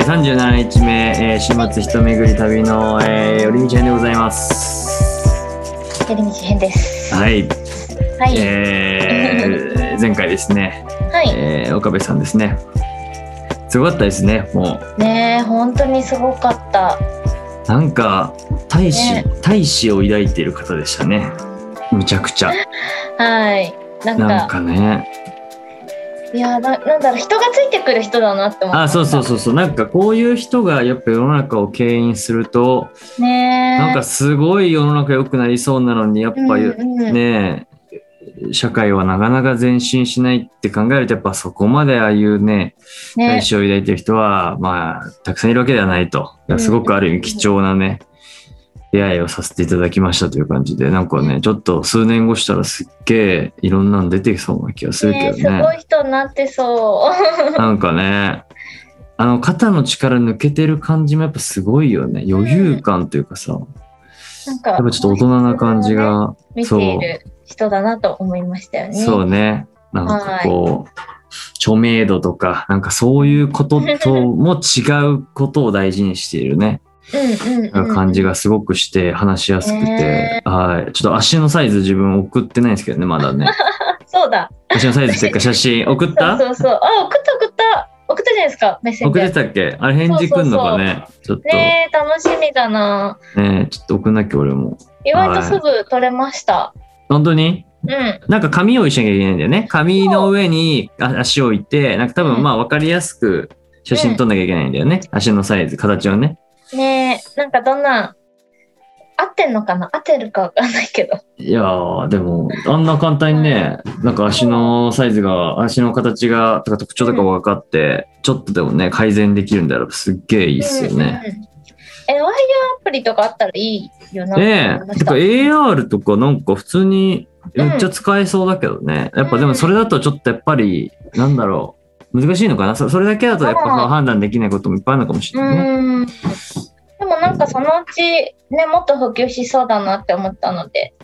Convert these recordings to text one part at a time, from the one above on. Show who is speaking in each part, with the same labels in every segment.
Speaker 1: 37日目、週末一巡り旅の、寄り道編でございます。
Speaker 2: 寄り道編です。
Speaker 1: はい。
Speaker 2: はい。
Speaker 1: 前回ですね。
Speaker 2: はい。
Speaker 1: 岡部さんですね。すごかったですね。もう。
Speaker 2: ねえ、本当にすごかった。
Speaker 1: なんか大志を抱いている方でしたね。むちゃくちゃ。
Speaker 2: はい。
Speaker 1: なんかね。
Speaker 2: いやなんだろう、人がついてくる人だなって思った。
Speaker 1: そうなんかこういう人がやっぱ世の中を牽引すると、
Speaker 2: ね、
Speaker 1: なんかすごい世の中良くなりそうなのにやっぱ、ね社会はなかなか前進しないって考えると、やっぱそこまでああいうね大志を抱いてる人はまあたくさんいるわけではないと。すごくある意味貴重なね、出会いをさせていただきましたという感じで、なんかねちょっと数年後したらすっげえいろんなの出てきそうな気がするけどね。
Speaker 2: すごい人になってそう
Speaker 1: なんかね、肩の力抜けてる感じもやっぱすごいよね。余裕感というかさ、
Speaker 2: なんか
Speaker 1: やっぱちょっと大人な感じが、
Speaker 2: 見ている人だなと思いましたよね。
Speaker 1: そうね、なんかこう著名度とかなんかそういうこととも違うことを大事にしているね感じがすごくして話しやすくて、はい。ちょっと足のサイズ自分送ってないんですけどね、まだね。
Speaker 2: そうだ。
Speaker 1: 足のサイズっていうか写真送った？
Speaker 2: そう。送ったじゃないですか、メッセンジャー。
Speaker 1: 送ってたっけ？あれ返事来んのかね。ちょっと。
Speaker 2: ねえ、楽しみだな。
Speaker 1: ねえ、ちょっと送んなきゃ俺も。
Speaker 2: 意外とすぐ撮れました。
Speaker 1: 本当に？
Speaker 2: うん。
Speaker 1: なんか紙用意しなきゃいけないんだよね。紙の上に足を置いて、なんか多分まあ分かりやすく写真撮んなきゃいけないんだよね。足のサイズ、形をね。
Speaker 2: ねえ、なんかどんな、合ってんのかな？合ってるかわかんないけど。
Speaker 1: いやー、でも、あんな簡単にね、なんか足のサイズが、足の形が、とか特徴とか分かって、ちょっとでもね、改善できるんだらすっげえいいっすよね。
Speaker 2: ワイヤーアプリとかあったらいいよな。
Speaker 1: てか AR とかなんか普通にめっちゃ使えそうだけどね。やっぱでもそれだとちょっとやっぱり、なんだろう、難しいのかな。それだけだとやっぱ判断できないこともいっぱいあるのかもしれないね。
Speaker 2: でもなんかそのうちね、もっと普及しそうだなって思ったので。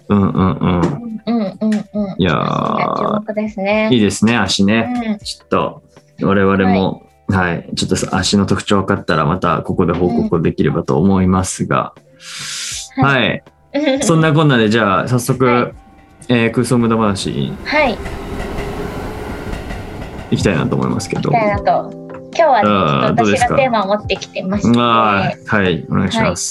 Speaker 1: いやー、
Speaker 2: 注目ですね。
Speaker 1: いいですね、足ね。ちょっと我々も、はい、ちょっと足の特徴分かったらまたここで報告できればと思いますが、はい。そんなこんなでじゃあ早速、空想無駄話、いきたいなと思いますけど。
Speaker 2: 今日は、ね、私がテーマを持ってきてまして、
Speaker 1: はい、お願いします。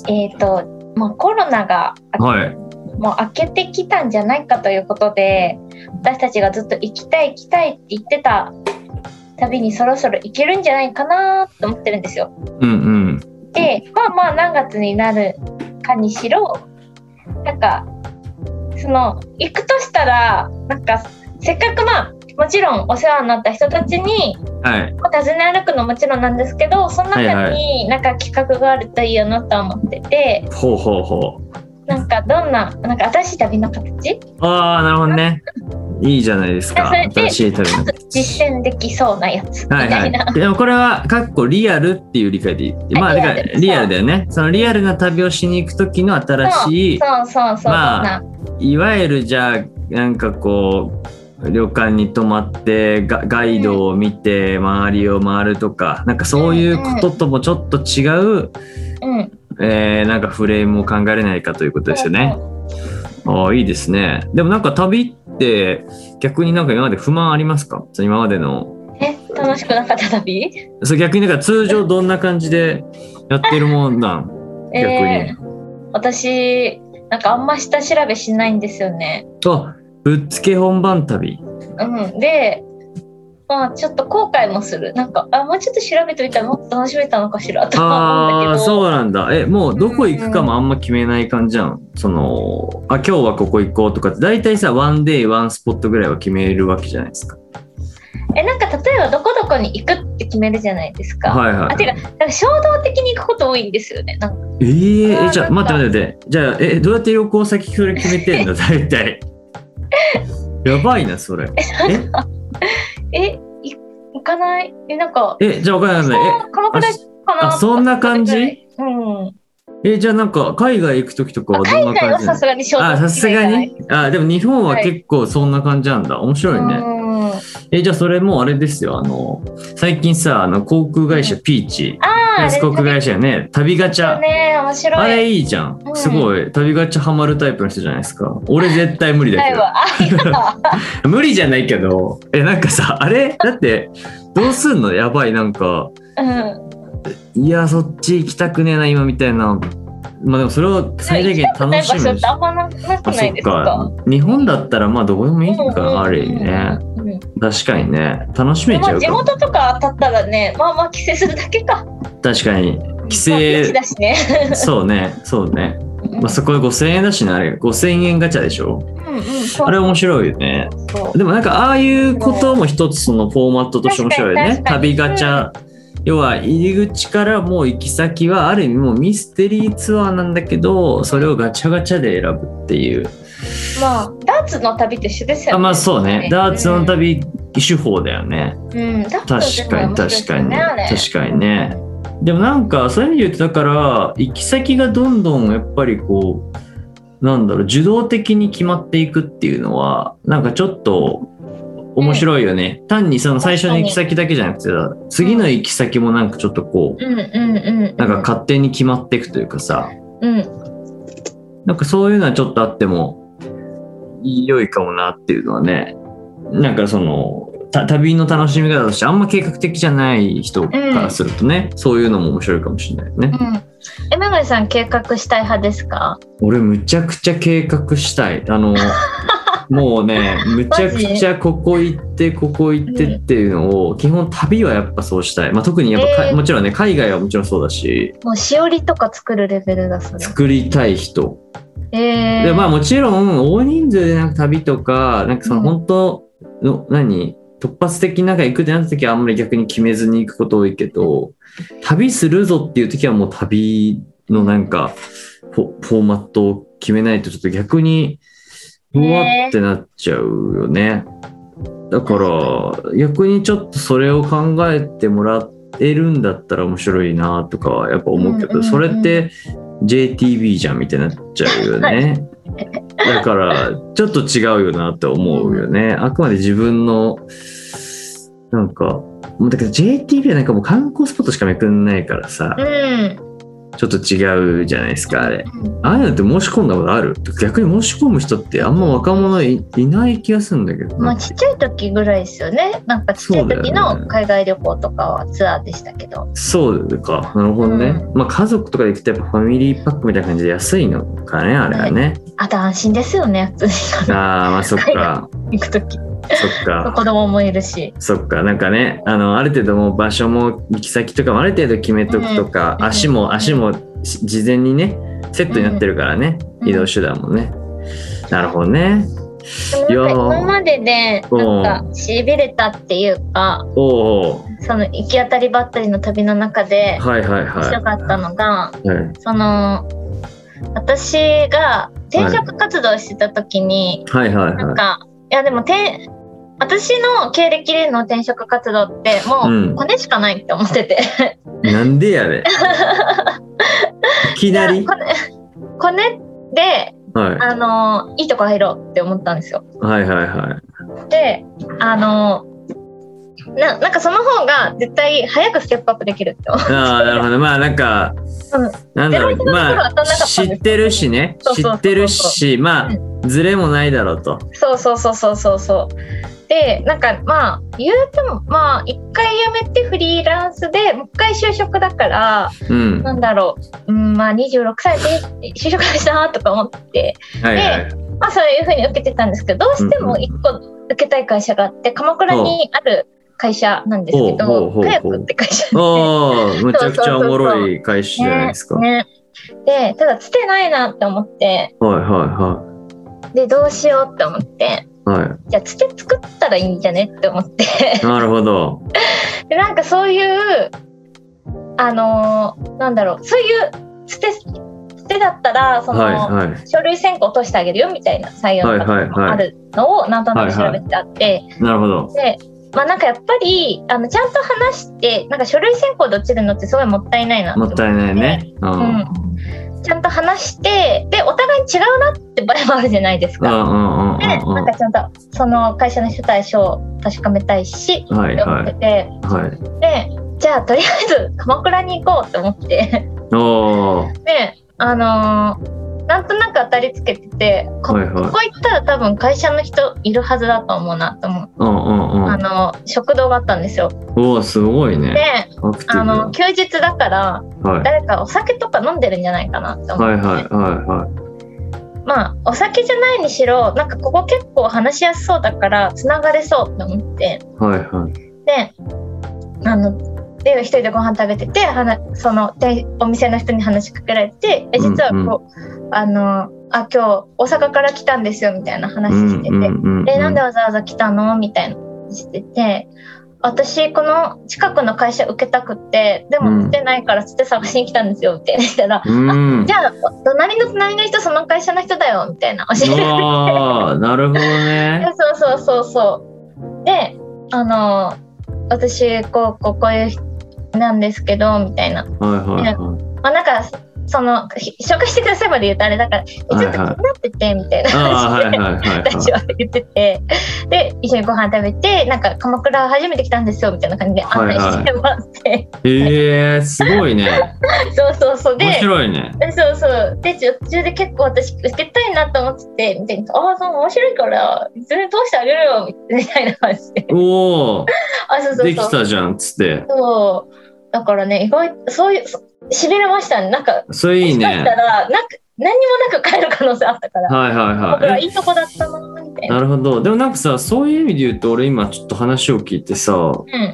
Speaker 2: コロナが、もう明けてきたんじゃないかということで、私たちがずっと行きたいって言ってた旅にそろそろ行けるんじゃないかなと思ってるんですよ。で、まあ何月になるかにしろ、なんか行くとしたら、なんかせっかくもちろんお世話になった人たちに訪ね歩くのもちろんなんですけど、その中になんか企画があるといいよなと思ってて、なんかどんな、なんか新しい旅の形？
Speaker 1: なるほどね。いいじゃないですか。新しい旅の形。
Speaker 2: 実践できそうなやつみたいな。
Speaker 1: でもこれはリアルっていう理解でいい。まあだからリアルだよね。そのリアルな旅をしに行く時の新しい、まあいわゆるじゃあなんかこう旅館に泊まってガイドを見て周りを回るとか、なんかそういうことともちょっと違う、なんかフレームを考えれないかということですよね。いいですね。でもなんか旅って逆になんか今まで不満ありますか？今までの
Speaker 2: 楽しくなかった旅？
Speaker 1: 逆になんか通常どんな感じでやってるもんなん？逆に。
Speaker 2: 私なんかあんま下調べしないんですよね。
Speaker 1: ぶっつけ本番旅。
Speaker 2: で、ちょっと後悔もする。なんかもうちょっと調べておいたらもっと楽しめたのかしらと思うんだけど。
Speaker 1: そうなんだ。もうどこ行くかもあんま決めない感じじゃん。今日はここ行こうとかって大体さ、ワンデイワンスポットぐらいは決めるわけじゃないですか。
Speaker 2: なんか例えばどこどこに行くって決めるじゃないですか。てかなんか衝動的に行くこと多いんですよね。なんか
Speaker 1: じゃあ待って。じゃあどうやって旅行先それ決めてんの大体。やばいなそれ。
Speaker 2: 行かない？なんか
Speaker 1: じゃあ分かんない。
Speaker 2: 鎌倉かな？
Speaker 1: そんな感じ？じゃあなんか海外行く時とかはどんな感じ？
Speaker 2: 海外はさすがに衝動的。
Speaker 1: さすがに？でも日本は結構そんな感じなんだ。面白いね。 じゃあそれもあれですよ、最近さ、航空会社ピーチ、航空会社ね、旅ガチャ、
Speaker 2: 面白い。
Speaker 1: あれいいじゃん、すごい旅ガチャハマるタイプの人じゃないですか。俺絶対無理だけど無理じゃないけど、なんかさ、あれだってどうすんの、やばい、なんか、いやそっち行きたくねえな今みたいな。まあでもそれを最大限楽しむし、
Speaker 2: あんまなくないですか。
Speaker 1: 日本だったらまあどこでもいいか、ある意味ね。確かにね、楽しめちゃうかも。
Speaker 2: 地元とか当たったらね、まあまあ帰省するだけか。
Speaker 1: 確かに帰省
Speaker 2: だしね
Speaker 1: そうね。まあ、そこで5000円だしね、あれ5000円ガチャでしょ。あれ面白いよね。でもなんかああいうことも一つそのフォーマットとして面白いよね。旅ガチャ、要は入り口からもう行き先はある意味もうミステリーツアーなんだけど、それをガチャガチャで選ぶっていう。
Speaker 2: まあダーツの旅と一緒ですよね。
Speaker 1: まあそうね、ダーツの旅手法だよね。確かにね。でもなんかそういう意味で言うと、だから行き先がどんどんやっぱりこうなんだろう、受動的に決まっていくっていうのはなんかちょっと面白いよね。単にその最初の行き先だけじゃなくて、次の行き先もなんかちょっとこう、なんか勝手に決まっていくというかさ、なんかそういうのはちょっとあっても良いかもなっていうのはね。なんかその旅の楽しみ方としてあんま計画的じゃない人からするとね、そういうのも面白いかもしれないよね。
Speaker 2: めぐりさん計画したい派ですか？
Speaker 1: 俺むちゃくちゃ計画したい。もうね、むちゃくちゃここ行ってっていうのを、基本旅はやっぱそうしたい。まあ、特にやっぱ、もちろんね、海外はもちろんそうだし、
Speaker 2: もうしおりとか作るレベルだそれ。
Speaker 1: 作りたい人。でまあもちろん大人数でなんか旅とか、なんかその本当の突発的になんか行くってなった時はあんまり逆に決めずに行くこと多いけど、旅するぞっていう時はもう旅のなんかフォーマットを決めないとちょっと逆にうわってなっちゃうよね。だから逆にちょっとそれを考えてもらえるんだったら面白いなとかはやっぱ思うけど、それって JTB じゃんみたいになっちゃうよね。だからちょっと違うよなって思うよね。あくまで自分のなんかだけど JTB はなんかもう観光スポットしかめくんないからさ、ちょっと違うじゃないですかあれ。ああいうのって申し込んだことある？逆に申し込む人ってあんま若者 いない気がするんだけど。
Speaker 2: まあちっちゃい時ぐらいですよね。なんかちっちゃい時の海外旅行とかはツアーでしたけど。
Speaker 1: そうか、なるほどね。まあ家族とかで行くとやっぱファミリーパックみたいな感じで安いのかね、あれはね。
Speaker 2: あと安心ですよね、普通に。
Speaker 1: まあそっか。
Speaker 2: 行く時。
Speaker 1: そっか。
Speaker 2: 子供もいるし。
Speaker 1: そっか、なんかね、ある程度もう場所も行き先とかもある程度決めとくとか、足も事前にねセットになってるからね、移動手段もね。なるほどね。
Speaker 2: 今まででなんかしびれたっていうか、その行き当たりばったりの旅の中で面白かったのが、その私が転職活動してた時に、なんかいやでも私の経歴での転職活動ってもうコネしかないって思ってて、
Speaker 1: なんでやねんいきなり
Speaker 2: コネで、いいとこ入ろうって思ったんですよ。でなんかその方が絶対早くステップアップできるって思う。
Speaker 1: なるほど。まあなんか、なんだろう、まあ知ってるしね、まあズレもないだろうと。
Speaker 2: そうで、なんかまあ言うてもまあ一回辞めてフリーランスでもう一回就職だから、なんだろう、まあ26歳で就職したなとか思って、で、まあそういう風に受けてたんですけど、どうしても一個受けたい会社があって鎌倉にある会社なんですけど、カヤックって会社で、
Speaker 1: むちゃくちゃおもろい会社じゃないですか。
Speaker 2: で、ただつてないなって思って、でどうしようって思って、じゃあつて作ったらいいんじゃねって思って。
Speaker 1: なるほど。
Speaker 2: でなんかそういうなんだろう、そういうつてだったらその、書類選考通してあげるよみたいな採用があるのをなんとなく調べてあって、
Speaker 1: なるほど。
Speaker 2: でまあなんかやっぱりちゃんと話してなんか書類選考で落ちるのってすごいもったいないなって思って。
Speaker 1: もったいないね。
Speaker 2: ちゃんと話して、でお互いうなって場合もあるじゃないですか。で、なんかちゃんとその会社の人対象を確かめたいし、って思ってて、で、じゃあとりあえず鎌倉に行こうって思って、で、なんとなく当たりつけてて、ここ行ったら多分会社の人いるはずだと思うなと思う。食堂があったんですよ。
Speaker 1: すごいね。
Speaker 2: で、休日だから、誰かお酒とか飲んでるんじゃないかなって思って。まあお酒じゃないにしろ、なんかここ結構話しやすそうだからつながれそうって思って、で一人でご飯食べてて、そのお店の人に話しかけられて、実はこう今日大阪から来たんですよみたいな話してて、なんでわざわざ来たのみたいなしてて、私この近くの会社受けたくってでも受けてないからつって探しに来たんですよって言ったら、じゃあ隣の人その会社の人だよみたいな教えてくれて、
Speaker 1: なるほどね。
Speaker 2: そうで、私こういう人なんですけどみたいな、なんかその紹介してくださいまで言うとあれだから、ちょっと気になっててみたいな話で私は言ってて、で一緒にご飯食べて、なんか鎌倉初めて来たんですよみたいな感じで案内してもらって、
Speaker 1: すごいね。
Speaker 2: そうで、
Speaker 1: 面白いね。
Speaker 2: で途中で結構私受けたいなと思っててみたいな、そう面白いからそれ通してあげるよみたいな感じで、できたじゃんっつって。だからね、意外とそういうしびれましたね。なんか
Speaker 1: それいいね。
Speaker 2: もしかしたら何にもなく帰る可能性あったから、僕はいいとこだったなみたいな。
Speaker 1: なるほど。でもなんかさ、そういう意味で言うと俺今ちょっと話を聞いてさ、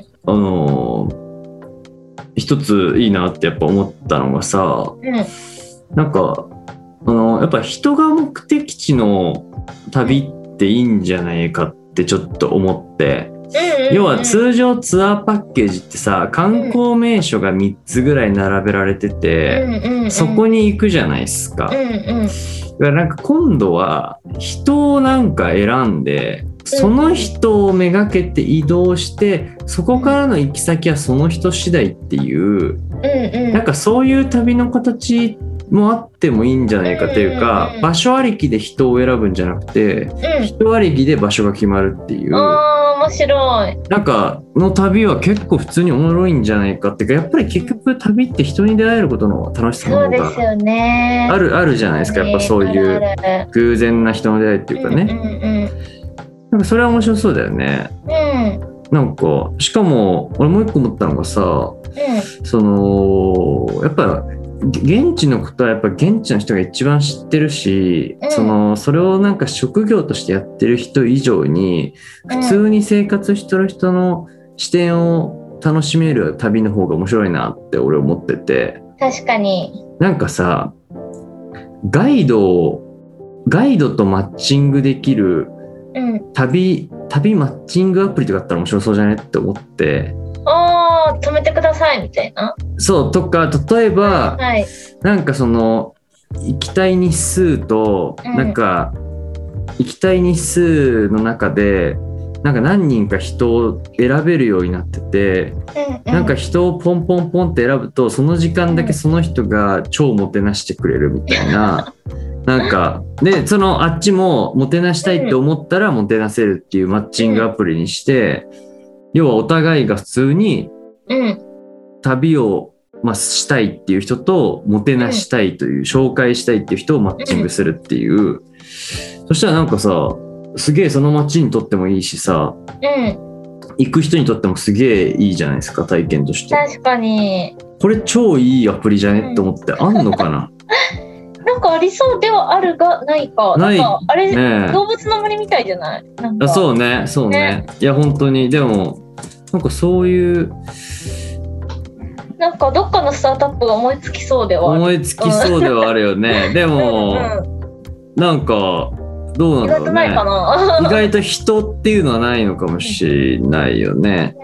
Speaker 1: 一ついいなってやっぱ思ったのがさ、なんかやっぱ人が目的地の旅っていいんじゃないかってちょっと思って。要は通常ツアーパッケージってさ、観光名所が3つぐらい並べられてて、そこに行くじゃないですか。だからなんか今度は人をなんか選んで、その人をめがけて移動して、そこからの行き先はその人次第っていう、なんかそういう旅の形もあってもいいんじゃないかというか、場所ありきで人を選ぶんじゃなくて、人ありきで場所が決まるっていう。
Speaker 2: 面白い。
Speaker 1: なんかの旅は結構普通におもろいんじゃないかっていうか、やっぱり結局旅って人に出会えることの楽しさの方があるじゃないですか。やっぱそういう偶然な人の出会いっていうかね。なんかそれは面白そうだよね。なんかしかも俺もう一個思ったのがさ、やっぱ現地のことはやっぱ現地の人が一番知ってるし、それをなんか職業としてやってる人以上に普通に生活してる人の視点を楽しめる旅の方が面白いなって俺思ってて。
Speaker 2: 確かに。
Speaker 1: なんかさ、ガイドとマッチングできる旅マッチングアプリとかあったら面白そうじゃないって思って。
Speaker 2: 止めてくださいみたいな。
Speaker 1: そうとか、例えば、なんかその行きたい日数と、なんか行きたい日数の中でなんか何人か人を選べるようになってて、なんか人をポンポンポンって選ぶとその時間だけその人が超もてなしてくれるみたいな、なんかであっちももてなしたいって思ったらもてなせるっていうマッチングアプリにして、要はお互いが普通に旅をしたいっていう人ともてなしたいという、紹介したいっていう人をマッチングするっていう、そしたらなんかさ、すげえその街にとってもいいしさ、行く人にとってもすげえいいじゃないですか、体験として。
Speaker 2: 確かに
Speaker 1: これ超いいアプリじゃねって思って、あんのかな
Speaker 2: なんかありそうではあるがないか。なんかあれ、
Speaker 1: ね、
Speaker 2: 動物の森みたいじゃない？なんか
Speaker 1: そうね。いや本当にでもなんかそういう
Speaker 2: なんかどっかのスタートアップが思いつきそうではある。
Speaker 1: 思いつきそうではあるよね。でもなんかどうなんだろうね。意外とないかな。意外と人っていうのはないのかもしれないよね。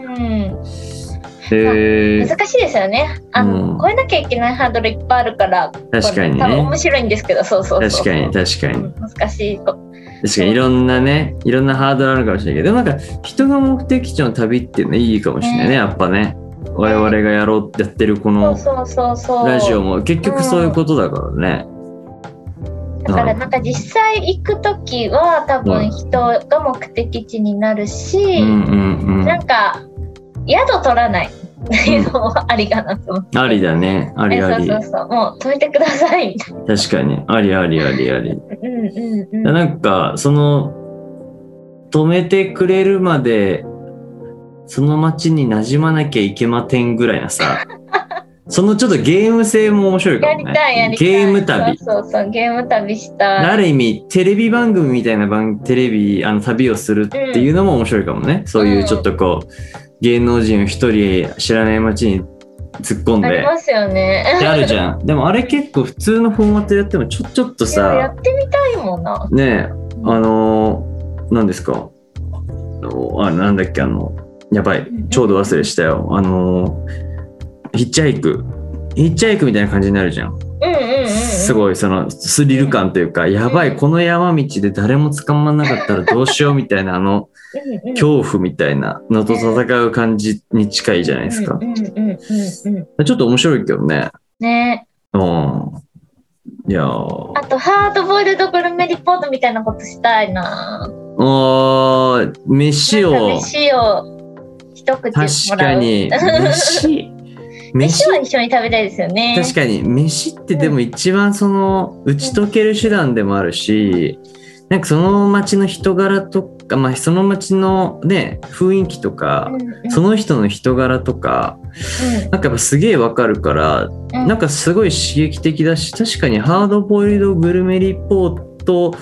Speaker 2: 難しいですよね。超えなきゃいけないハードルいっぱいあるから。
Speaker 1: 確かにね。
Speaker 2: 多分面白いんですけど、そう。
Speaker 1: 確かに。難しい。確かにいろんなハードルあるかもしれないけど、なんか人が目的地の旅っていうのはいいかもしれないね、やっぱね。我々がやってるこのラジオも結局そういうことだからね。
Speaker 2: だからなんか実際行くときは多分人が目的地になるし、なんか宿取らないっていうのもありかなと思って。
Speaker 1: ありだね。ありあり。
Speaker 2: そうもう止めてくださいみたいな。
Speaker 1: 確かに。ありありありあり。なんかその止めてくれるまでその街に馴染まなきゃいけませんぐらいなさ。そのちょっとゲーム性も面白いかもね。
Speaker 2: やりたい。
Speaker 1: ゲーム旅。
Speaker 2: そうゲーム旅したい。
Speaker 1: ある意味テレビ番組みたいなテレビ旅をするっていうのも面白いかもね。そういうちょっとこう芸能人を一人知らない街に突っ込んで。あ
Speaker 2: りますよね。
Speaker 1: あるじゃん。でもあれ結構普通のフォーマットでやってもちょっとさ。
Speaker 2: やってみたいもんな。
Speaker 1: ねえ何ですか。なんだっけやばいちょうど忘れしたよ。ヒッチハイクみたいな感じになるじゃん。すごいそのスリル感というか、やばいこの山道で誰も捕まんなかったらどうしようみたいな恐怖みたいなのと戦う感じに近いじゃないですか。ちょっと面白いけどね。
Speaker 2: ね。
Speaker 1: いやあ
Speaker 2: とハードボイルドグルメリポートみたいなことしたいな。
Speaker 1: 飯を
Speaker 2: 一口もらう。
Speaker 1: 確かに
Speaker 2: 飯は一緒に食べたいですよね。
Speaker 1: 確かに飯ってでも一番その打ち解ける手段でもあるし、なんかその街の人柄とか、その街のね雰囲気とか、その人の人柄とか、なんかやっぱすげえわかるから、なんかすごい刺激的だし、確かにハードボイルドグルメリポート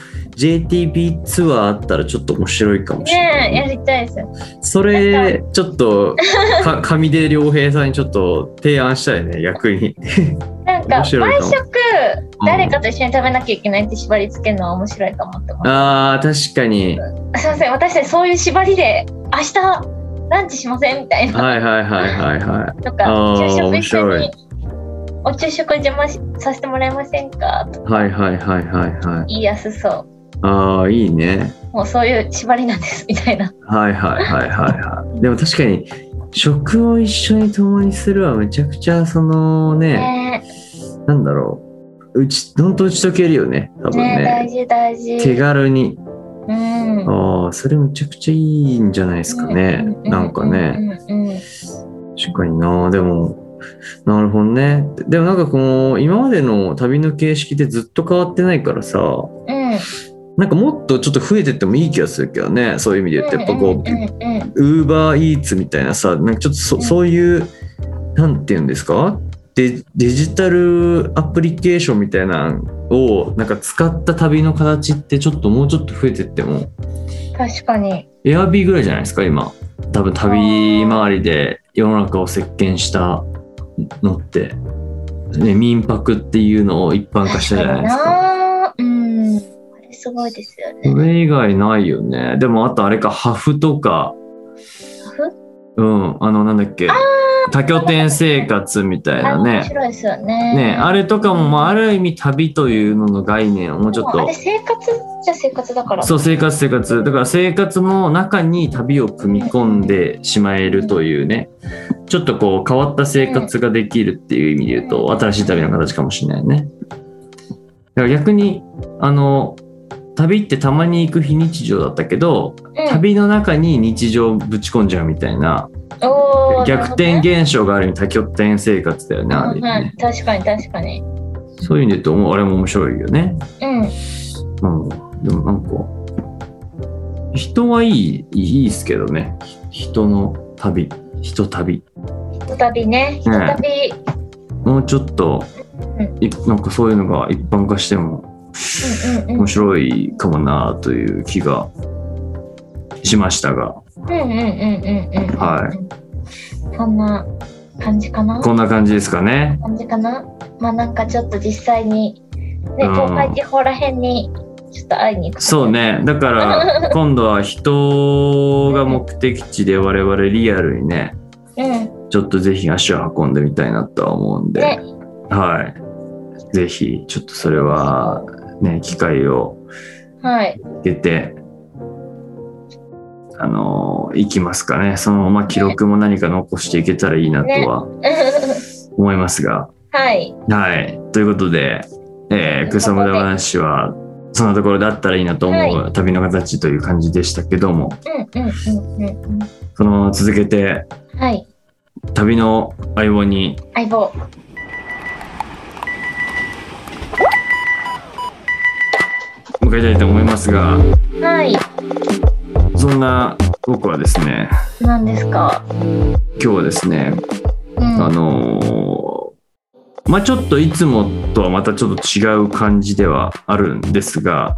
Speaker 1: JTB ツアーあったらちょっと面白いかもしれない。
Speaker 2: ね、やりたいですよ。
Speaker 1: それちょっと上出良平さんにちょっと提案したいね、逆に。
Speaker 2: なんか毎食誰かと一緒に食べなきゃいけないって縛り付けるのは面白いかもって思って。
Speaker 1: 確かに。
Speaker 2: すいません、私たちそういう縛りで明日ランチしませんみたいな。とか昼食一緒にお昼食邪魔させてもらえませんかとか。言いやすそう。
Speaker 1: いいね。
Speaker 2: もうそういう縛りなんですみたいな。
Speaker 1: でも確かに食を一緒に共にするはめちゃくちゃそのね、なんだろう、どんと打ち解けるよね、多分ね。
Speaker 2: 大事。
Speaker 1: 手軽に。それめちゃくちゃいいんじゃないですかね。なんかね。確かにな。でもなるほどね。でもなんかこの今までの旅の形式ってずっと変わってないからさ。なんかもっとちょっと増えてってもいい気がするけどね。そういう意味で言ってやっぱこうウーバーイーツみたいなさ、なんかちょっとそういうなんていうんですか、デジタルアプリケーションみたいなのをなんか使った旅の形ってちょっともうちょっと増えてっても。
Speaker 2: 確かに。
Speaker 1: エアビーぐらいじゃないですか今。多分旅回りで世の中を席巻したのってね、民泊っていうのを一般化したじゃないですか。
Speaker 2: すごいですよね。
Speaker 1: それ以外ないよね。でもあとあれか、ハフとか。なんだっけ、多拠点生活みたいなね。
Speaker 2: 面白いですよね。
Speaker 1: あれとかも、ある意味旅というのの概念をもうちょっと。
Speaker 2: あれ生活じゃ生活だから。
Speaker 1: そう、生活。だから生活の中に旅を組み込んでしまえるというね。ちょっとこう変わった生活ができるっていう意味で言うと、新しい旅の形かもしれないね。だから逆に、旅ってたまに行く非日常だったけど、旅の中に日常ぶち込んじゃうみたいな逆転現象がある意味多拠点生活だよね、ある意味ね。
Speaker 2: 確かに。
Speaker 1: そういう意味で言うとあれも面白いよね。でもなんか人はいいですけどね。人旅
Speaker 2: ね。
Speaker 1: もうちょっと、なんかそういうのが一般化しても面白いかもなという気がしましたが。
Speaker 2: こんな感じかな。
Speaker 1: こんな感じですかね。
Speaker 2: なんかちょっと実際にね、東海地方らへんにちょっと会いに行く。
Speaker 1: そうね。だから今度は人が目的地で我々リアルにね、ちょっとぜひ足を運んでみたいなとは思うんで、ぜひちょっとそれはね、機会を出て、行きますかね。そのまま記録も何か残していけたらいいなとは思いますが。ということで、 クソ無駄話はそんなところであったらいいなと思う旅の形という感じでしたけども、そのまま続けて、
Speaker 2: はい、
Speaker 1: 旅の相棒に迎えたいと思いますが、
Speaker 2: はい、
Speaker 1: そんな僕はですね、
Speaker 2: 何ですか？
Speaker 1: 今日はですね、まあちょっといつもとはまたちょっと違う感じではあるんですが、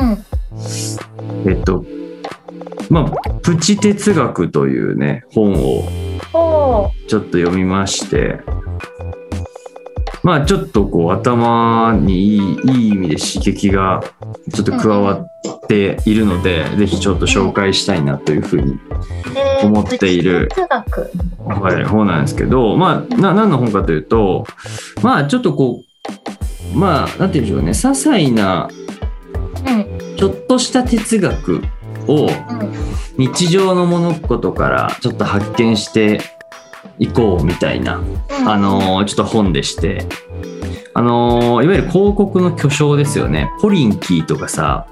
Speaker 1: まあプチ哲学というね本をちょっと読みまして、まあちょっとこう頭にいい意味で刺激がちょっと加わっているので、ぜひちょっと紹介したいなというふうに思っている、本なんですけど、まあ何の本かというと、まあちょっとこう、まあなんていうんでしょうね、些細なちょっとした哲学を日常の物事からちょっと発見していこうみたいな、ちょっと本でして、いわゆる広告の巨匠ですよね、ポリンキーとかさ、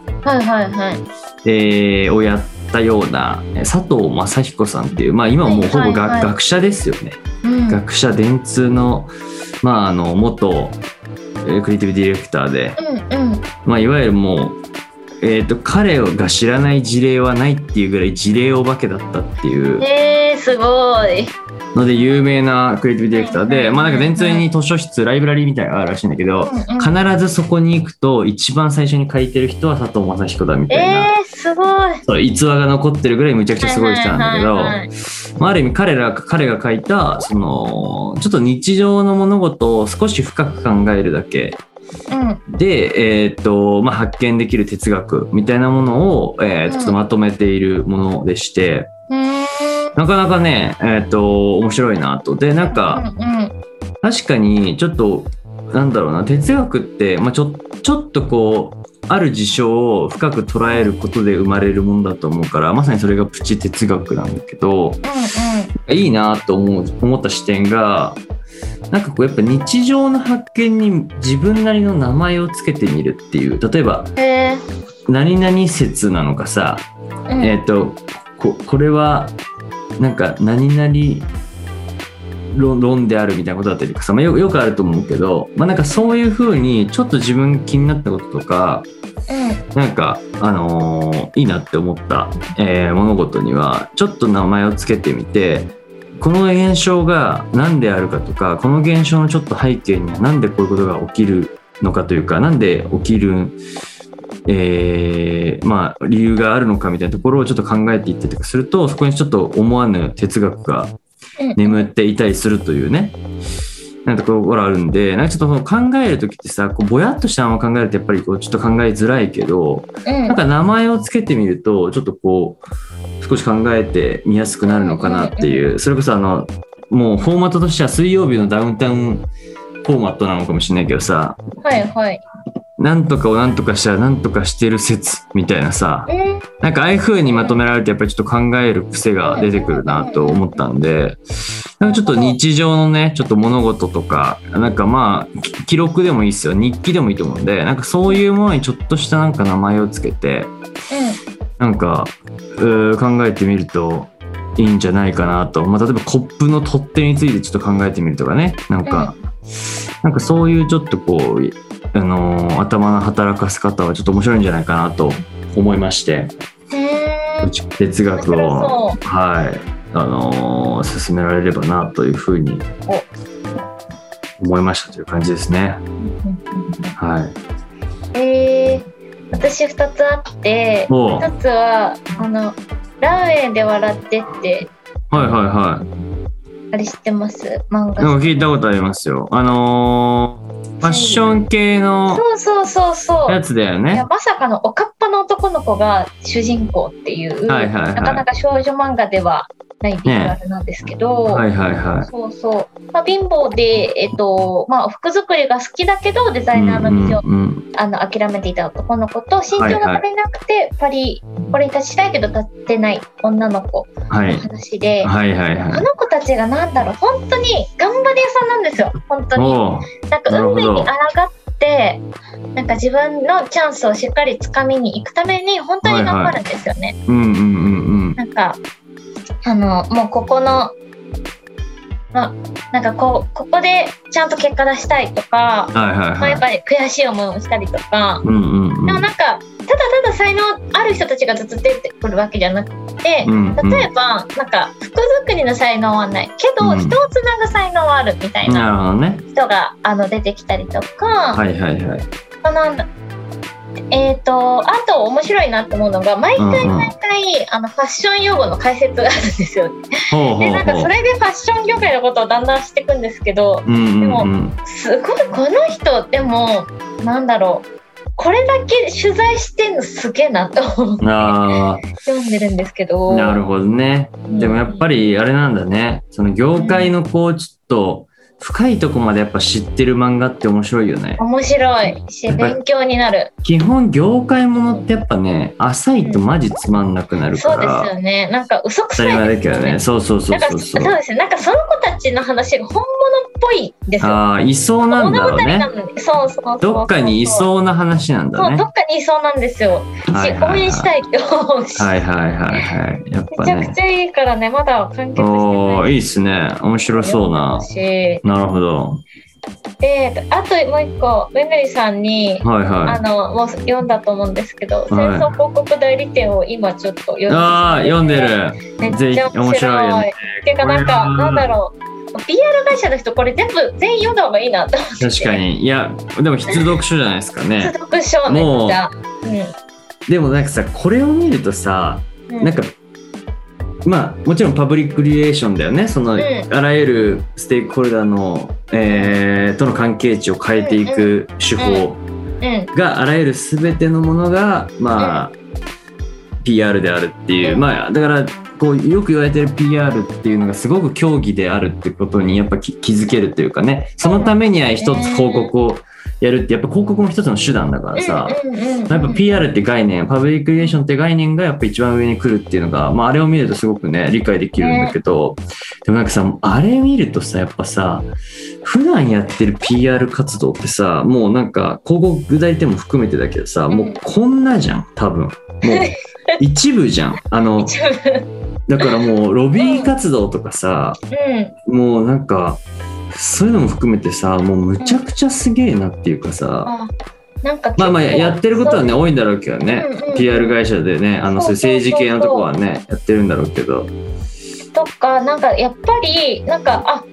Speaker 1: をやったような佐藤正彦さんっていう、まあ今はもうほぼ学者ですよね、学者電通の、まあ、元クリエイティブディレクターで、まあ、いわゆるもう彼が知らない事例はないっていうぐらい事例お化けだったっていう、
Speaker 2: すごい
Speaker 1: ので有名なクリエイティブディレクターで、まあなんか電通に図書室ライブラリーみたいなのがあるらしいんだけど、必ずそこに行くと一番最初に書いてる人は佐藤正彦だみたいな、
Speaker 2: すごい、
Speaker 1: そう逸話が残ってるぐらいむちゃくちゃすごい人なんだけど、まあ、ある意味彼が書いたそのちょっと日常の物事を少し深く考えるだけで、まあ、発見できる哲学みたいなものを、ちょっとまとめているものでして、なかなかね、面白いなと。でなんか、確かにちょっとなんだろうな、哲学って、まあ、ちょっとこうある事象を深く捉えることで生まれるものだと思うから、まさにそれがプチ哲学なんだけど、いいなと思った視点が、なんかこうやっぱ日常の発見に自分なりの名前をつけてみるっていう、例えば何々説なのかさ、これはなんか何々論であるみたいなことだったりとかさ、まあ、よくあると思うけど、まあ、なんかそういう風にちょっと自分気になったこととか、なんかいいなって思った、物事にはちょっと名前をつけてみて、この現象が何であるかとか、この現象のちょっと背景にはなんでこういうことが起きるのかというか、なんで起きる、まあ理由があるのかみたいなところをちょっと考えていってとかすると、そこにちょっと思わぬ哲学が眠っていたりするというね、なんかところあるんで、なんかちょっと考えるときってさ、こうぼやっとしたまま考えるとやっぱりこうちょっと考えづらいけど、なんか名前をつけてみるとちょっとこう少し考えてみやすくなるのかなっていう、それこそもうフォーマットとしては水曜日のダウンタウンフォーマットなのかもしれないけどさ、なんとかをなんとかしたらなんとかしてる説みたいなさ、なんかああいう風にまとめられるとやっぱりちょっと考える癖が出てくるなと思ったんで、なんかちょっと日常のね、ちょっと物事とか、なんかまあ記録でもいいですよ、日記でもいいと思うんで、なんかそういうものにちょっとしたなんか名前をつけて、なんか考えてみるといいんじゃないかなと。まあ、例えばコップの取っ手についてちょっと考えてみるとかね、なんかそういうちょっとこう頭の働かせ方はちょっと面白いんじゃないかなと思いまして、哲学を進められればなというふうに思いましたという感じですね。
Speaker 2: 私2つあって、1つはラーメンで笑ってって、あれ知ってます？漫画。
Speaker 1: 聞いたことありますよ。ファッション系のやつだよね。
Speaker 2: いやまさかのおかっぱの男の子が主人公っていう、なかなか少女漫画ではないビジュアルなんですけど、まあ、貧乏で、まあ、服作りが好きだけどデザイナーの道を、諦めていた男の子と、身長が足りなくてパリに立ちたいけど立ってない女の子の話で、この子たちがなんだろう、本当に頑張り屋さんなんですよ。本当になんか運命に抗ってなんか自分のチャンスをしっかりつかみに行くために本当に頑張るんですよね。なんかもうここのなんかここでちゃんと結果出したいとか、やっぱり悔しい思いをしたりとか、でもなんかただただ才能ある人たちがずっと出てくるわけじゃなくて、例えばなんか服作りの才能はないけど、人をつなぐ才能はあるみたいな人が出てきたりとか、あと面白いなと思うのが毎回ファッション用語の解説があるんですよ。でなんかそれでファッション業界のことをだんだん知っていくんですけど、でもすごいこの人でもなんだろう、これだけ取材してんのすげえなと思って読んでるんですけど。
Speaker 1: なるほどね。でもやっぱりあれなんだね、その業界のこうちょっと深いとこまでやっぱ知ってる漫画って面白いよね。
Speaker 2: 面白いし勉強になる。
Speaker 1: 基本業界ものってやっぱね、浅いとマジつまんなくなるから。
Speaker 2: そうですよね。なんか嘘くさいですよね。
Speaker 1: そうそう
Speaker 2: ですよ。なんかその子たちの話が本物っぽいですよ。
Speaker 1: いそうなんだろうね。
Speaker 2: そう
Speaker 1: どっかにいそうな話なんだね。
Speaker 2: どっかにいそうなんですよ。応援したいって思うし。
Speaker 1: やっぱね。
Speaker 2: めちゃくちゃいいからね、まだ完結してない。
Speaker 1: いいっすね。面白そうな。なるほど。
Speaker 2: で、あともう一個、めぐりさんに、もう読んだと思うんですけど、戦争広告代理店を今ちょっと読んで
Speaker 1: 読んでる。
Speaker 2: めっちゃ面白いよね。っていうかなんだろう、PR 会社の人これ全員読んだ方がいいなと思って。
Speaker 1: 確かに。いや、でも必読書じゃないですかね。
Speaker 2: 必読書めっちゃ。
Speaker 1: でもなんかさ、これを見るとさ、なんかまあもちろんパブリックリレーションだよね。その、あらゆるステークホルダーの、との関係値を変えていく手法があらゆる全てのものがまあ、PR であるっていう、まあだからこうよく言われてる PR っていうのがすごく競技であるってことにやっぱ気づけるというかね、そのためには一つ広告をやるってやっぱ広告も一つの手段だからさ、やっぱ PR って概念、パブリックリレーションって概念がやっぱ一番上に来るっていうのが、まああれを見るとすごくね理解できるんだけど、でもなんかさ、あれ見るとさ、やっぱさ、普段やってる PR 活動ってさ、もうなんか広告代理店も含めてだけどさ、もうこんなじゃん多分、もう一部じゃん。だからもうロビー活動とかさ、もうなんかそういうのも含めてさ、もうむちゃくちゃすげえなっていうかさ、
Speaker 2: なんか
Speaker 1: まあやってることはね多いんだろうけどね、PR 会社でね、そういう政治系のとこはねやってるんだろうけど、
Speaker 2: とかなんかやっぱりなんか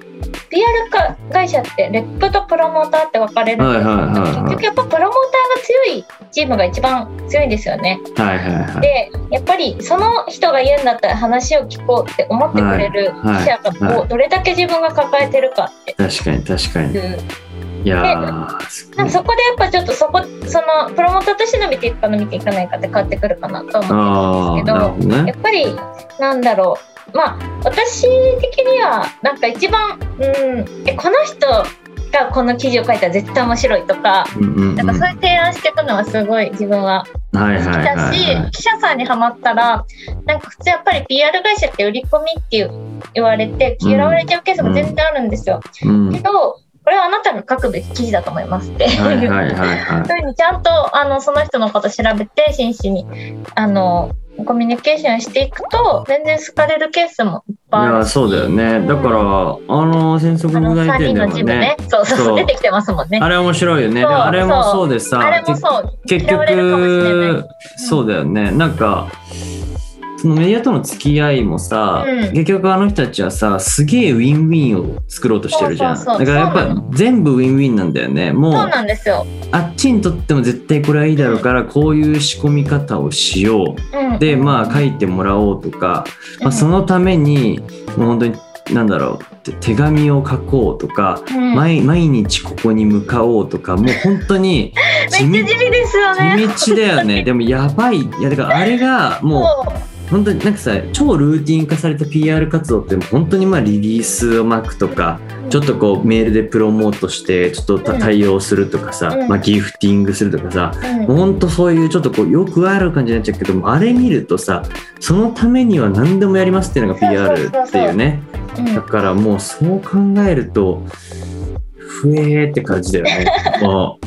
Speaker 2: PR 会社ってレップとプロモーターって分かれるんですけど、結局やっぱプロモーターが強いチームが一番強いんですよね。でやっぱりその人が言うんだったら話を聞こうって思ってくれる記者がどれだけ自分が抱えてるかって。
Speaker 1: 確かに。いや
Speaker 2: そこでやっぱちょっとそのプロモーターとして伸びていくか伸びていかないかって変わってくるかなと思ってるんですけど、やっぱりなんだろう、まあ私的にはなんか一番、この人がこの記事を書いたら絶対面白いとか、なんかそういう提案していくのはすごい自分は好きだし、記者さんにハマったらなんか普通やっぱり PR 会社って売り込みって言われて嫌われちゃうケースも全然あるんですよ。けどこれはあなたが書くべき記事だと思いますってそういうふうにちゃんとその人のこと調べて真摯にコミュニケーションしていくと全然好かれるケースもいっぱいあるし。いや
Speaker 1: そうだよね。だから戦争国代理店でもね、
Speaker 2: そう出てきてますもんね。
Speaker 1: あれ面白いよね。あれもそうでさ、結局そうだよね。なんかそのメディアとの付き合いもさ、結局あの人たちはさ、すげえウィンウィンを作ろうとしてるじゃん。だからやっぱ全部ウィンウィンなんだよね。もう
Speaker 2: そうなんですよ。
Speaker 1: あっちにとっても絶対これはいいだろうから、こういう仕込み方をしよう、でまあ書いてもらおうとか、そのためにもう本当になんだろう、手紙を書こうとか、毎日ここに向かおうとか、もう本当に
Speaker 2: めっちゃ地味ですよね。
Speaker 1: 地道だよね。でもやばい。いやだからあれがもう本当になんかさ、超ルーティン化された PR 活動って本当にまあリリースを巻くとか、ちょっとこうメールでプロモートしてちょっと対応するとかさ、ギフティングするとかさ、もう本当そういうちょっとこうよくある感じになっちゃうけど、あれ見るとさ、そのためには何でもやりますっていうのが PR っていうね。だからもうそう考えるとふえーって感じだよね。もう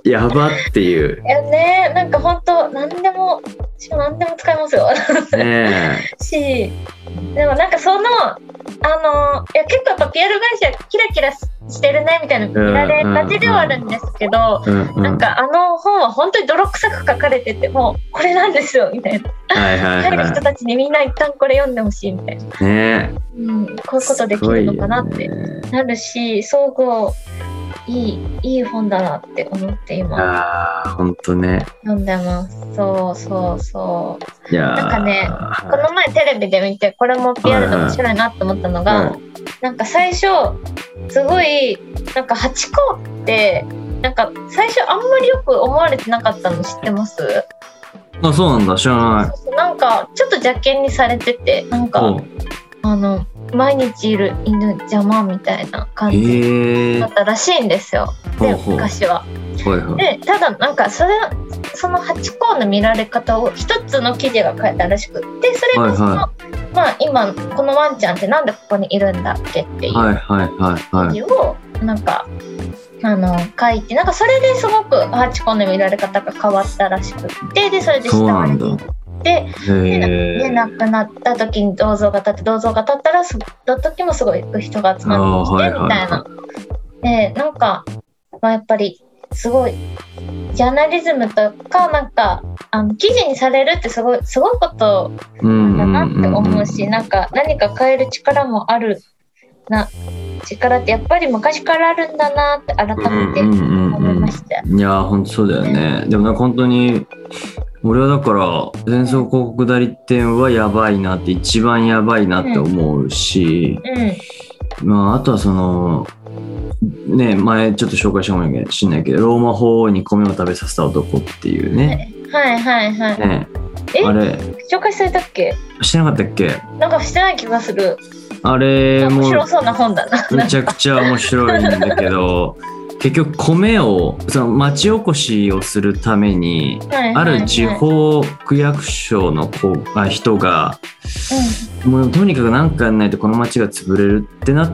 Speaker 1: やばっていう。
Speaker 2: いやね、なんか本当何でも使いますよ。し、でもなんかそのいや結構やっぱ PR 会社キラキラしてるねみたいな見られがちではあるんですけど、なんか本は本当に泥臭く書かれてて、もうこれなんですよみたいな。入る人たちにみんな一旦これ読んでほしいみたいな。ね、こういうことできるのかなってなるし、総合いい本だなって思って今
Speaker 1: 本当ね
Speaker 2: 読んでます。そうなんかね、この前テレビで見てこれも PR で面白いなって思ったのが、なんか最初すごいなんかハチ公ってなんか最初あんまりよく思われてなかったの知ってます？
Speaker 1: あ、そうなんだ、知らない。
Speaker 2: なんかちょっと邪険にされてて、なんか毎日いる犬邪魔みたいな感じだったらしいんですよ。で、昔は。で、ただなんかそのハチ公の見られ方を一つの記事が書いたらしくて、それこそ、まあ今このワンちゃんってなんでここにいるんだっけっていう記事をなんか書いて、なんかそれですごくハチ公の見られ方が変わったらしくて、でそれで下まで行って。で亡くなった時に銅像が立ったらその時もすごい人が集まってきてみたいな。でなんか、やっぱりすごいジャーナリズムとかなんか記事にされるってすごいことなんだなって思うし、なんか何か変える力もあるな。力ってやっぱり昔からあるんだなって改めて思いました。
Speaker 1: いや本当そうだよね。でもなんか本当に俺はだから戦争広告代理店はやばいなって一番やばいなって思うし、まああとはそのね、前ちょっと紹介したかもしれないけど、ローマ法王に米を食べさせた男っていうね。ね、あれ
Speaker 2: 紹介されたっけ？
Speaker 1: してなかったっけ？
Speaker 2: なんかしてない気がする。
Speaker 1: あれも
Speaker 2: 面白そうな本だな。
Speaker 1: めちゃくちゃ面白いんだけど結局米をその町おこしをするために、ある地方区役所の人が、もうとにかく何かやんないとこの町が潰れるってなって、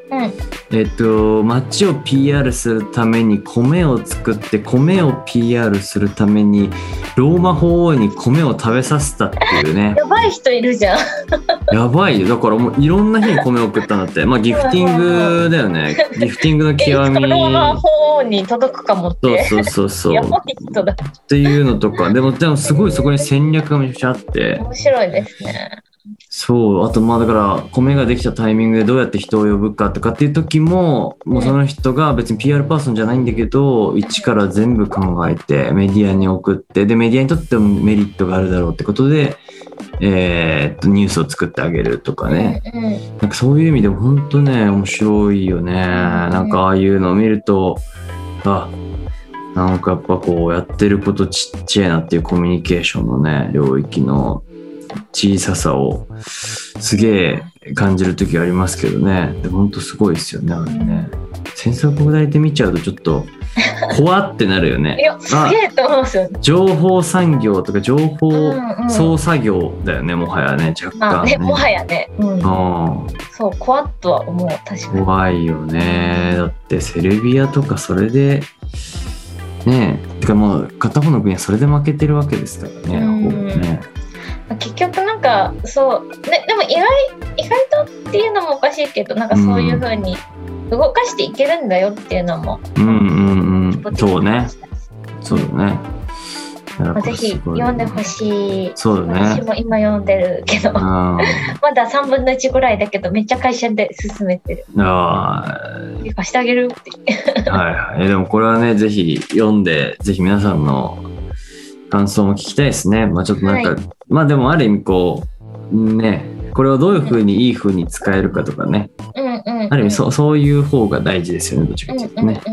Speaker 1: 町を PR するために米を作って米を PR するためにローマ法王に米を食べさせたっていうね。
Speaker 2: やばい人いるじゃん。
Speaker 1: やばいよ。だからもういろんな日に米を送ったんだって。まあギフティングだよね。ギフティングの極み。
Speaker 2: ローマ法王に届くかもって。
Speaker 1: そう。
Speaker 2: やばい人だ。
Speaker 1: っていうのとか、でもすごいそこに戦略がめちゃくちゃあって。
Speaker 2: 面白いですね。
Speaker 1: そう、あとまあだから米ができたタイミングでどうやって人を呼ぶかとかっていう時も、もうその人が別に PR パーソンじゃないんだけど、一から全部考えてメディアに送って、でメディアにとってもメリットがあるだろうってことで、ニュースを作ってあげるとかね、なんかそういう意味で本当ね面白いよね。なんかああいうのを見ると、なんかやっぱこうやってることちっちゃいなっていうコミュニケーションのね領域の小ささをすげえ感じる時がありますけどね。で本当すごいですよね、あれね。戦争国代で見ちゃうとちょっと怖ってなるよね。
Speaker 2: いやすげえと思いますよね。
Speaker 1: 情報産業とか情報操作業だよね、もはやね、若干ね。
Speaker 2: もはやね。そう怖っとは思う。確かに
Speaker 1: 怖いよね。だってセルビアとかそれでねえ、てかもう片方の国はそれで負けてるわけですからね、ほぼね。
Speaker 2: 結局なんかそうね、でも意外とっていうのもおかしいけど、なんかそういう風に動かしていけるんだよっていうのも、
Speaker 1: そうね、そうだね。
Speaker 2: ぜひ読んでほしい。
Speaker 1: そうだね。
Speaker 2: 私も今読んでるけど、まだ3分の1ぐらいだけどめっちゃ会社で進めてる。貸してあげるって。
Speaker 1: でもこれはね、ぜひ読んで、ぜひ皆さんの感想も聞きたいですね。まあちょっとなんか、まあでもある意味こうね、これをどういう風にいい風に使えるかとかね、ある意味そういう方が大事ですよね、どっちかっていうとね。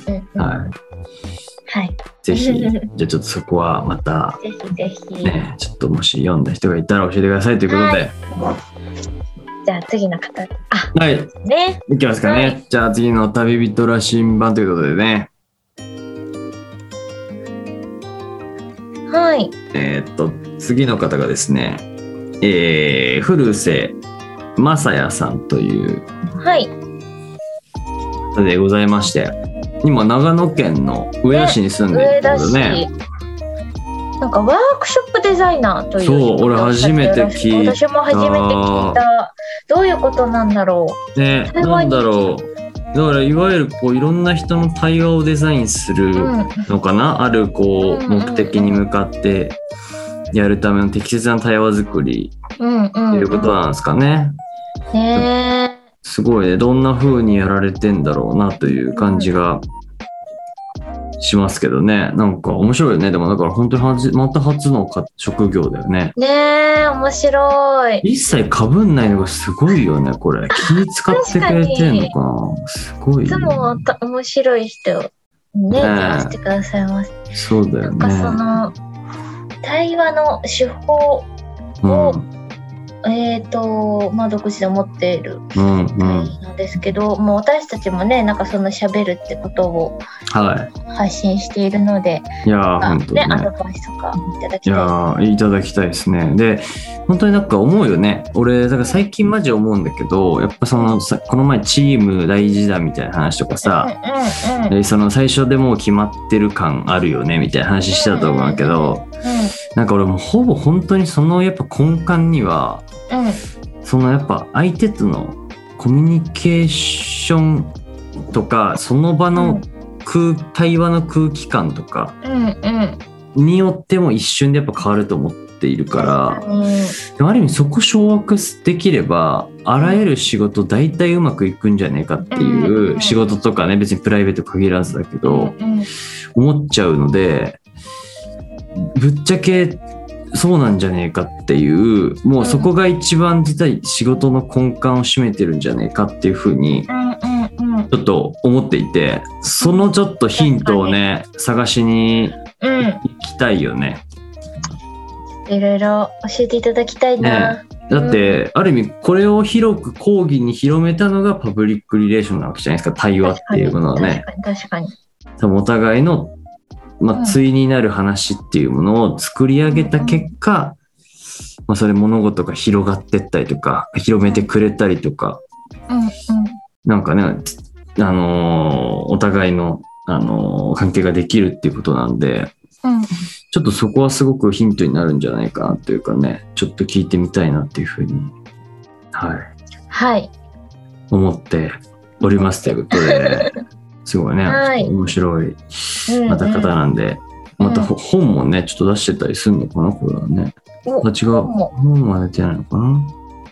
Speaker 1: ぜひ、じゃあちょっとそこはまた、
Speaker 2: ぜひ、
Speaker 1: ね、ちょっともし読んだ人がいたら教えてくださいということで。
Speaker 2: じゃあ次の方、
Speaker 1: いきますかね。じゃあ次の旅人羅針盤ということでね。次の方がですね、古瀬正也さんという方でございまして、 今長野県の上田市に住んでるってことね。
Speaker 2: なんかワークショップデザイナーという。
Speaker 1: そう、俺初めて聞いた。
Speaker 2: 私も初めて聞いた。どういうことなんだろう。
Speaker 1: ね、なんだろう。だからいわゆるこういろんな人の対話をデザインするのかな、あるこう目的に向かってやるための適切な対話作りっていうことなんですかね。すごいね。どんな風にやられてんだろうなという感じがしますけどね。なんか面白いよね。でもだから本当にまた初の職業だよね。
Speaker 2: ねえ、面白い。
Speaker 1: 一切被んないのがすごいよね、これ。気使ってくれてんのかな。すごい、ね。いつも
Speaker 2: 面白い人ね、してくださいます。
Speaker 1: そうだよね。
Speaker 2: なんかその対話の手法を、独自で持っているなんですけど、もう私たちもね、なんかその喋るってことを発信しているので、
Speaker 1: いや本当にね、
Speaker 2: アドバイスとかいただきたい。
Speaker 1: いやいただきたいですね。で、本当になんか思うよね。俺だから最近マジ思うんだけど、やっぱそのこの前チーム大事だみたいな話とかさ、その最初でもう決まってる感あるよねみたいな話してたと思うんだけど、なんか俺もほぼ本当にそのやっぱ根幹には、そのやっぱ相手とのコミュニケーションとかその場の対話の空気感とかによっても一瞬でやっぱ変わると思っているから、でもある意味そこ掌握できればあらゆる仕事大体うまくいくんじゃねえかっていう、仕事とかね、別にプライベート限らずだけど思っちゃうので、ぶっちゃけそうなんじゃねえかっていう、もうそこが一番実は仕事の根幹を占めてるんじゃねえかっていうふうにちょっと思っていて、そのちょっとヒントをね探しに行きたいよね。
Speaker 2: いろいろ教えていただきたいな、
Speaker 1: ね、だって、ある意味これを広く講義に広めたのがパブリックリレーションなわけじゃないですか。対話っていうものはね。
Speaker 2: 確かに
Speaker 1: 多分お互いの対になる話っていうものを作り上げた結果、それ物事が広がってったりとか広めてくれたりとか、なんかね、お互いの、関係ができるっていうことなんで、ちょっとそこはすごくヒントになるんじゃないかなというかね、ちょっと聞いてみたいなっていうふうに、思っておりますということで。すごいね、面白いまた方なんで、また本もねちょっと出してたりするのかな、これはね。違う、本は出てないのかな。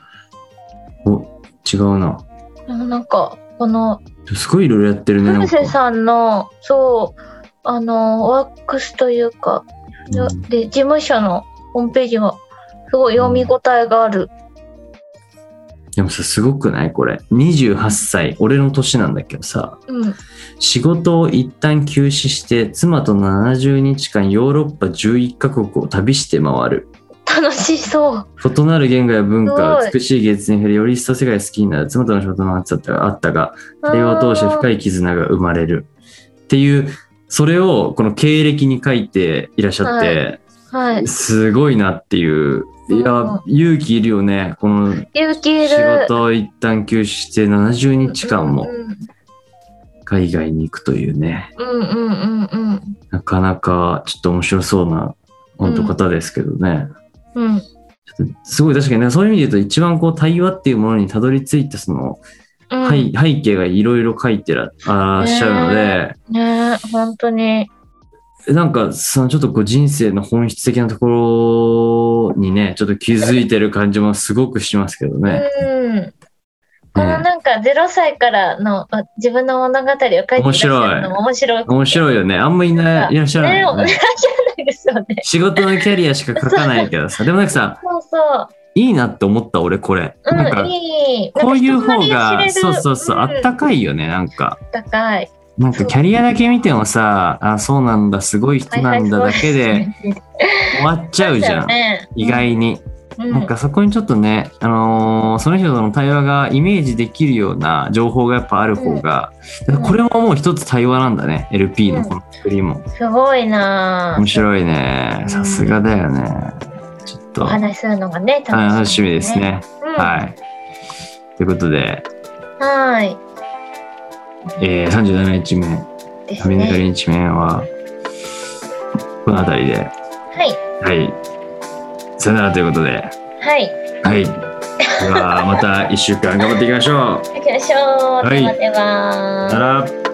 Speaker 1: 違うな。
Speaker 2: なんかこの
Speaker 1: すごいいろいろやってるね。
Speaker 2: 古瀬さんのワークスというか、で事務所のホームページはすごい読み応えがある。
Speaker 1: でもさ、すごくないこれ。28歳、俺の年なんだけどさ、仕事を一旦休止して妻と70日間ヨーロッパ11カ国を旅して回る。
Speaker 2: 楽しそう。
Speaker 1: 異なる言語や文化、美しい芸術に触れ、より一層世界が好きになる。妻との仕事もあったが、対話を通して深い絆が生まれるっていう、それをこの経歴に書いていらっしゃって、すごいなっていう。いや、勇気いるよね。この仕事を一旦休止して70日間も海外に行くというね。なかなかちょっと面白そうな本当方ですけどね。ちょっとすごい確かにね、そういう意味で言うと一番こう対話っていうものにたどり着いたその、背景がいろいろ書いてらっしゃるので。
Speaker 2: 本当に。
Speaker 1: なんかそのちょっとこう人生の本質的なところにねちょっと気づいてる感じもすごくしますけどね。
Speaker 2: このなんか0歳からの自分の物語を書いてらっしゃるのも面白い
Speaker 1: よね。あんまいらっしゃらないよね。仕事のキャリアしか書かないけどさ、でもなんかさ、いいなって思った俺これ。なんかこういう方があったかいよね。なんかあったかい。なんかキャリアだけ見てもさ、そうなんだ、すごい人なんだだけで終わっちゃうじゃん、意外に。なんかそこにちょっとね、その人との対話がイメージできるような情報がやっぱある方が、これももう一つ対話なんだね、LP のこの作りも。
Speaker 2: すごいな。
Speaker 1: 面白いね。さすがだよね。ちょっと。
Speaker 2: お話しするのがね、
Speaker 1: 楽しみですね。はい。ということで。
Speaker 2: はい。
Speaker 1: 37日目
Speaker 2: ですね。
Speaker 1: アメリカ現地面はこの辺りで、
Speaker 2: はい
Speaker 1: はい、さよならということで、
Speaker 2: はい
Speaker 1: はい、ではまた1週間頑張っていきましょう。
Speaker 2: 行きましょう。ではでは。
Speaker 1: さよなら。